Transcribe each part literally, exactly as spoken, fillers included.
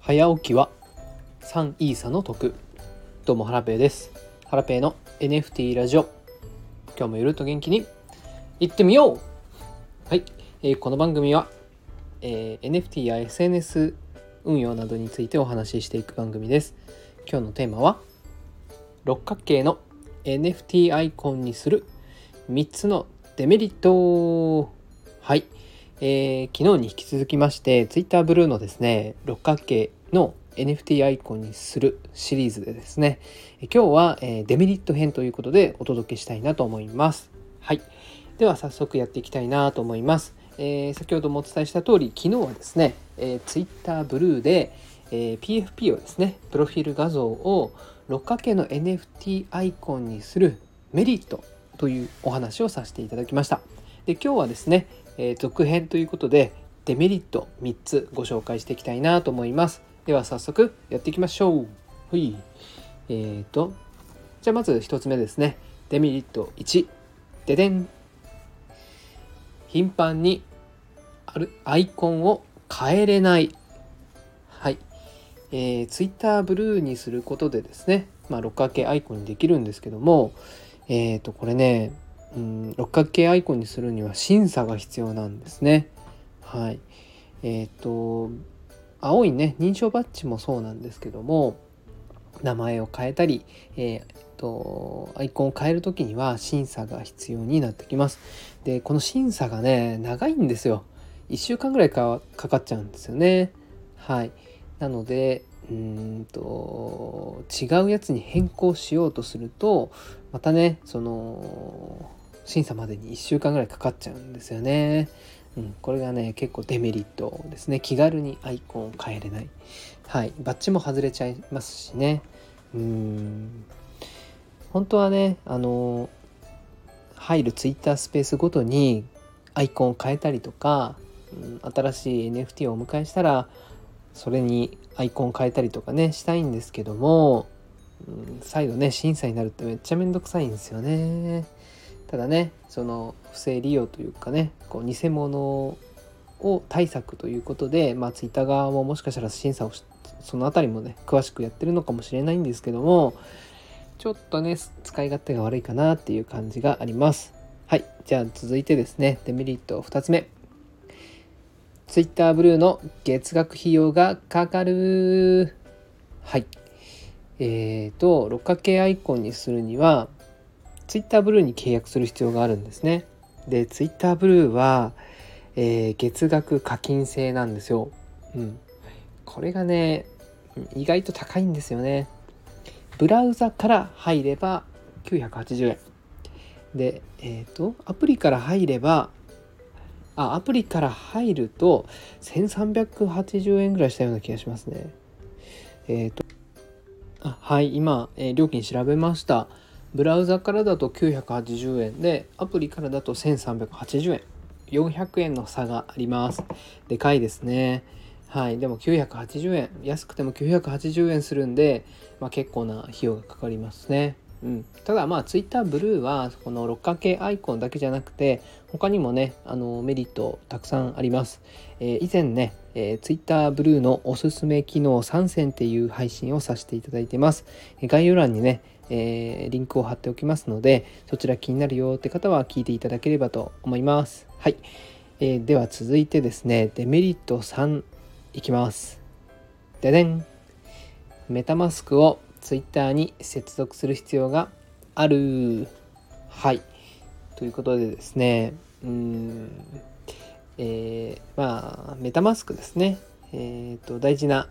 早起きはさんイーサの得。どうもハラペーです。ハラペーの エヌエフティー ラジオ、今日もゆるっと元気に行ってみよう。はい、えー、この番組は、えー、エヌエフティー や エスエヌエス 運用などについてお話ししていく番組です。今日のテーマは六角形の エヌエフティー アイコンにするみっつのデメリット。はい、えー、昨日に引き続きまして Twitter ブルーのですね六角形の エヌエフティー アイコンにするシリーズでですね、今日は、えー、デメリット編ということでお届けしたいなと思います。はい、では早速やっていきたいなと思います。えー、先ほどもお伝えした通り、昨日はですね、えー、Twitter ブルーで、えー、ピーエフピー をですね、プロフィール画像を六角形の エヌエフティー アイコンにするメリットというお話をさせていただきました。で、今日はですね、えー、続編ということでデメリットみっつご紹介していきたいなと思います。では早速やっていきましょう。はい。えーと、じゃあまずひとつめですね。デメリットいち。ででん。頻繁にあるアイコンを変えれない。はい。えー、Twitter ブルーにすることでですね、まあ、六角形アイコンにできるんですけども、えーと、これね、うん、六角形アイコンにするには審査が必要なんですね。はい。えーと、青いね、認証バッジもそうなんですけども、名前を変えたり、えーと、アイコンを変えるときには審査が必要になってきます。で、この審査がね、長いんですよ。いっしゅうかんぐらいかかっちゃうんですよね。はい。なので、うーんと違うやつに変更しようとすると、またね、その審査までにいっしゅうかんぐらいかかっちゃうんですよね。うん、これがね結構デメリットですね。気軽にアイコンを変えれない。はい、バッジも外れちゃいますしね。うーん本当はね、あの入るツイッタースペースごとにアイコンを変えたりとか、うん、新しい エヌエフティー をお迎えしたらそれにアイコン変えたりとかねしたいんですけども、うん、再度ね審査になるってめっちゃめんどくさいんですよね。ただね、その不正利用というかね、こう偽物を対策ということで、まあ、ツイッター側ももしかしたら審査をしそのあたりもね詳しくやってるのかもしれないんですけども、ちょっとね使い勝手が悪いかなっていう感じがあります。はい、じゃあ続いてですね、デメリットふたつめ。ツイッターブルーの月額費用がかかる。はい。えーと、六角形アイコンにするにはツイッターブルーに契約する必要があるんですね。で、ツイッターブルーは、えー、月額課金制なんですよ。うん。これがね、意外と高いんですよね。ブラウザから入ればきゅうひゃくはちじゅうえん。で、えーと、アプリから入れば、あ、アプリから入るとせんさんびゃくはちじゅうえんぐらいしたような気がしますね。えーと、あ、はい、今、えー、料金調べました。ブラウザからだときゅうひゃくはちじゅうえんで、アプリからだとせんさんびゃくはちじゅうえん。よんひゃくえんの差があります。でかいですね。はい、でもきゅうひゃくはちじゅうえん、安くてもきゅうひゃくはちじゅうえんするんで、まあ、結構な費用がかかりますね。うん、ただまあ Twitter ブルーはこの六角形アイコンだけじゃなくて他にもねあのメリットたくさんあります。えー、以前ね、えー、Twitter ブルーのおすすめ機能さん選っていう配信をさせていただいてます。概要欄にね、えー、リンクを貼っておきますので、そちら気になるよって方は聞いていただければと思います。はい、えー、では続いてですね、デメリットさんいきます。ででん。メタマスクをツイッターに接続する必要がある。はい。ということでですね、うーん、えー、まあ、メタマスクですね。えっと、大事な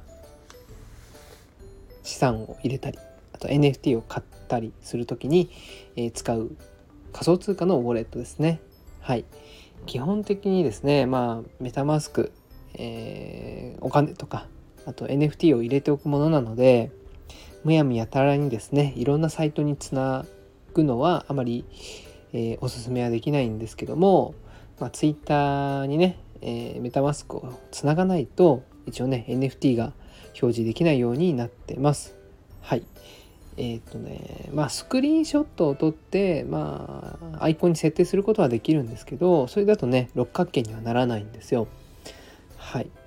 資産を入れたり、あと エヌエフティー を買ったりするときに、えー、使う仮想通貨のウォレットですね。はい。基本的にですね、まあ、メタマスク、えー、お金とか、あと エヌエフティー を入れておくものなので、むやみやたらにですねいろんなサイトにつなぐのはあまり、えー、おすすめはできないんですけども、まあ、ツイッターにね、えー、メタマスクをつながないと一応ね エヌエフティー が表示できないようになってます。はい。えっとねまあスクリーンショットを撮ってまあアイコンに設定することはできるんですけど、それだとね六角形にはならないんですよ。はい。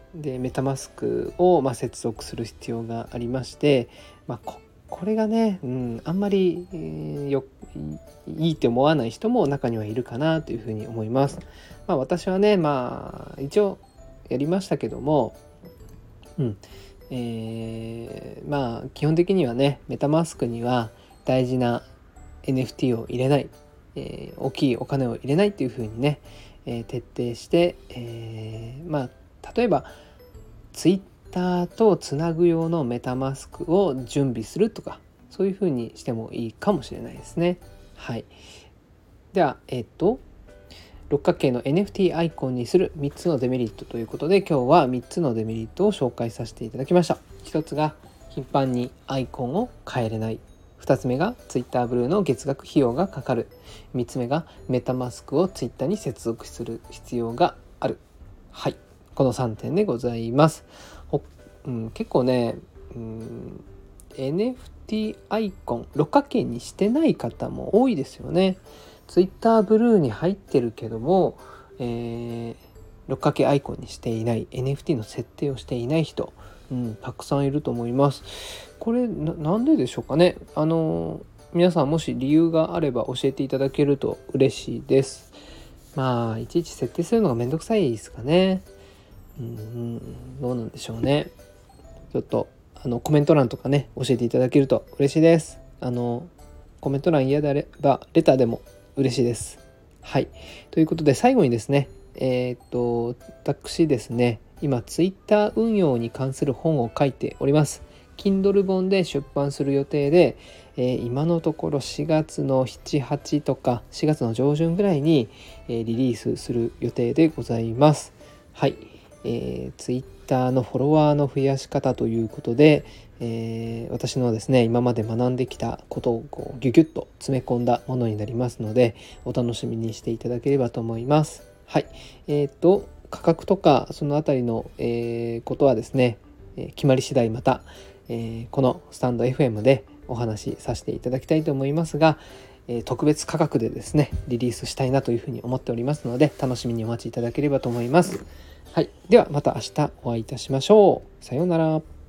でメタマスクをまあ接続する必要がありまして、まあ、ここれがね、うん、あんまり、えー、よいいって思わない人も中にはいるかなというふうに思います。まあ、私はね、まあ、一応やりましたけども、うんえー、まあ基本的にはねメタマスクには大事な エヌエフティー を入れない、えー、大きいお金を入れないっていうふうにね、えー、徹底して、えー、まあ例えばツイッターとつなぐ用のメタマスクを準備するとか、そういうふうにしてもいいかもしれないですね。はい。ではえっ、と六角形の エヌエフティー アイコンにするみっつのデメリットということで、今日はみっつのデメリットを紹介させていただきました。ひとつが頻繁にアイコンを変えれない。ふたつめが Twitter ブルーの月額費用がかかる。みっつめがメタマスクを Twitter に接続する必要がある。はい、このさんてんでございます。うん、結構ね、うん、エヌエフティー アイコン六角形にしてない方も多いですよね。Twitter ブルーに入ってるけども、えー、六角形アイコンにしていない エヌエフティー の設定をしていない人、うん、たくさんいると思います。これ な, なんででしょうかね。あの皆さんもし理由があれば教えていただけると嬉しいです。まあいちいち設定するのがめんどくさいですかね。うん、どうなんでしょうね。ちょっとあのコメント欄とかね教えていただけると嬉しいです。あのコメント欄嫌であればレターでも嬉しいです。はい。ということで最後にですね、えー、っと私ですね、今ツイッター運用に関する本を書いております。Kindle 本で出版する予定で、えー、今のところしがつのしち、はちとかしがつの上旬ぐらいに、えー、リリースする予定でございます。はい。えー、Twitter のフォロワーの増やし方ということで、えー、私のですね今まで学んできたことをこうギュギュッと詰め込んだものになりますので、お楽しみにしていただければと思います。はい。えっと価格とかそのあたりの、えー、ことはですね、えー、決まり次第また、えー、このスタンド エフエム でお話しさせていただきたいと思いますが、えー、特別価格でですねリリースしたいなというふうに思っておりますので、楽しみにお待ちいただければと思います。はい。ではまた明日お会いいたしましょう。さようなら。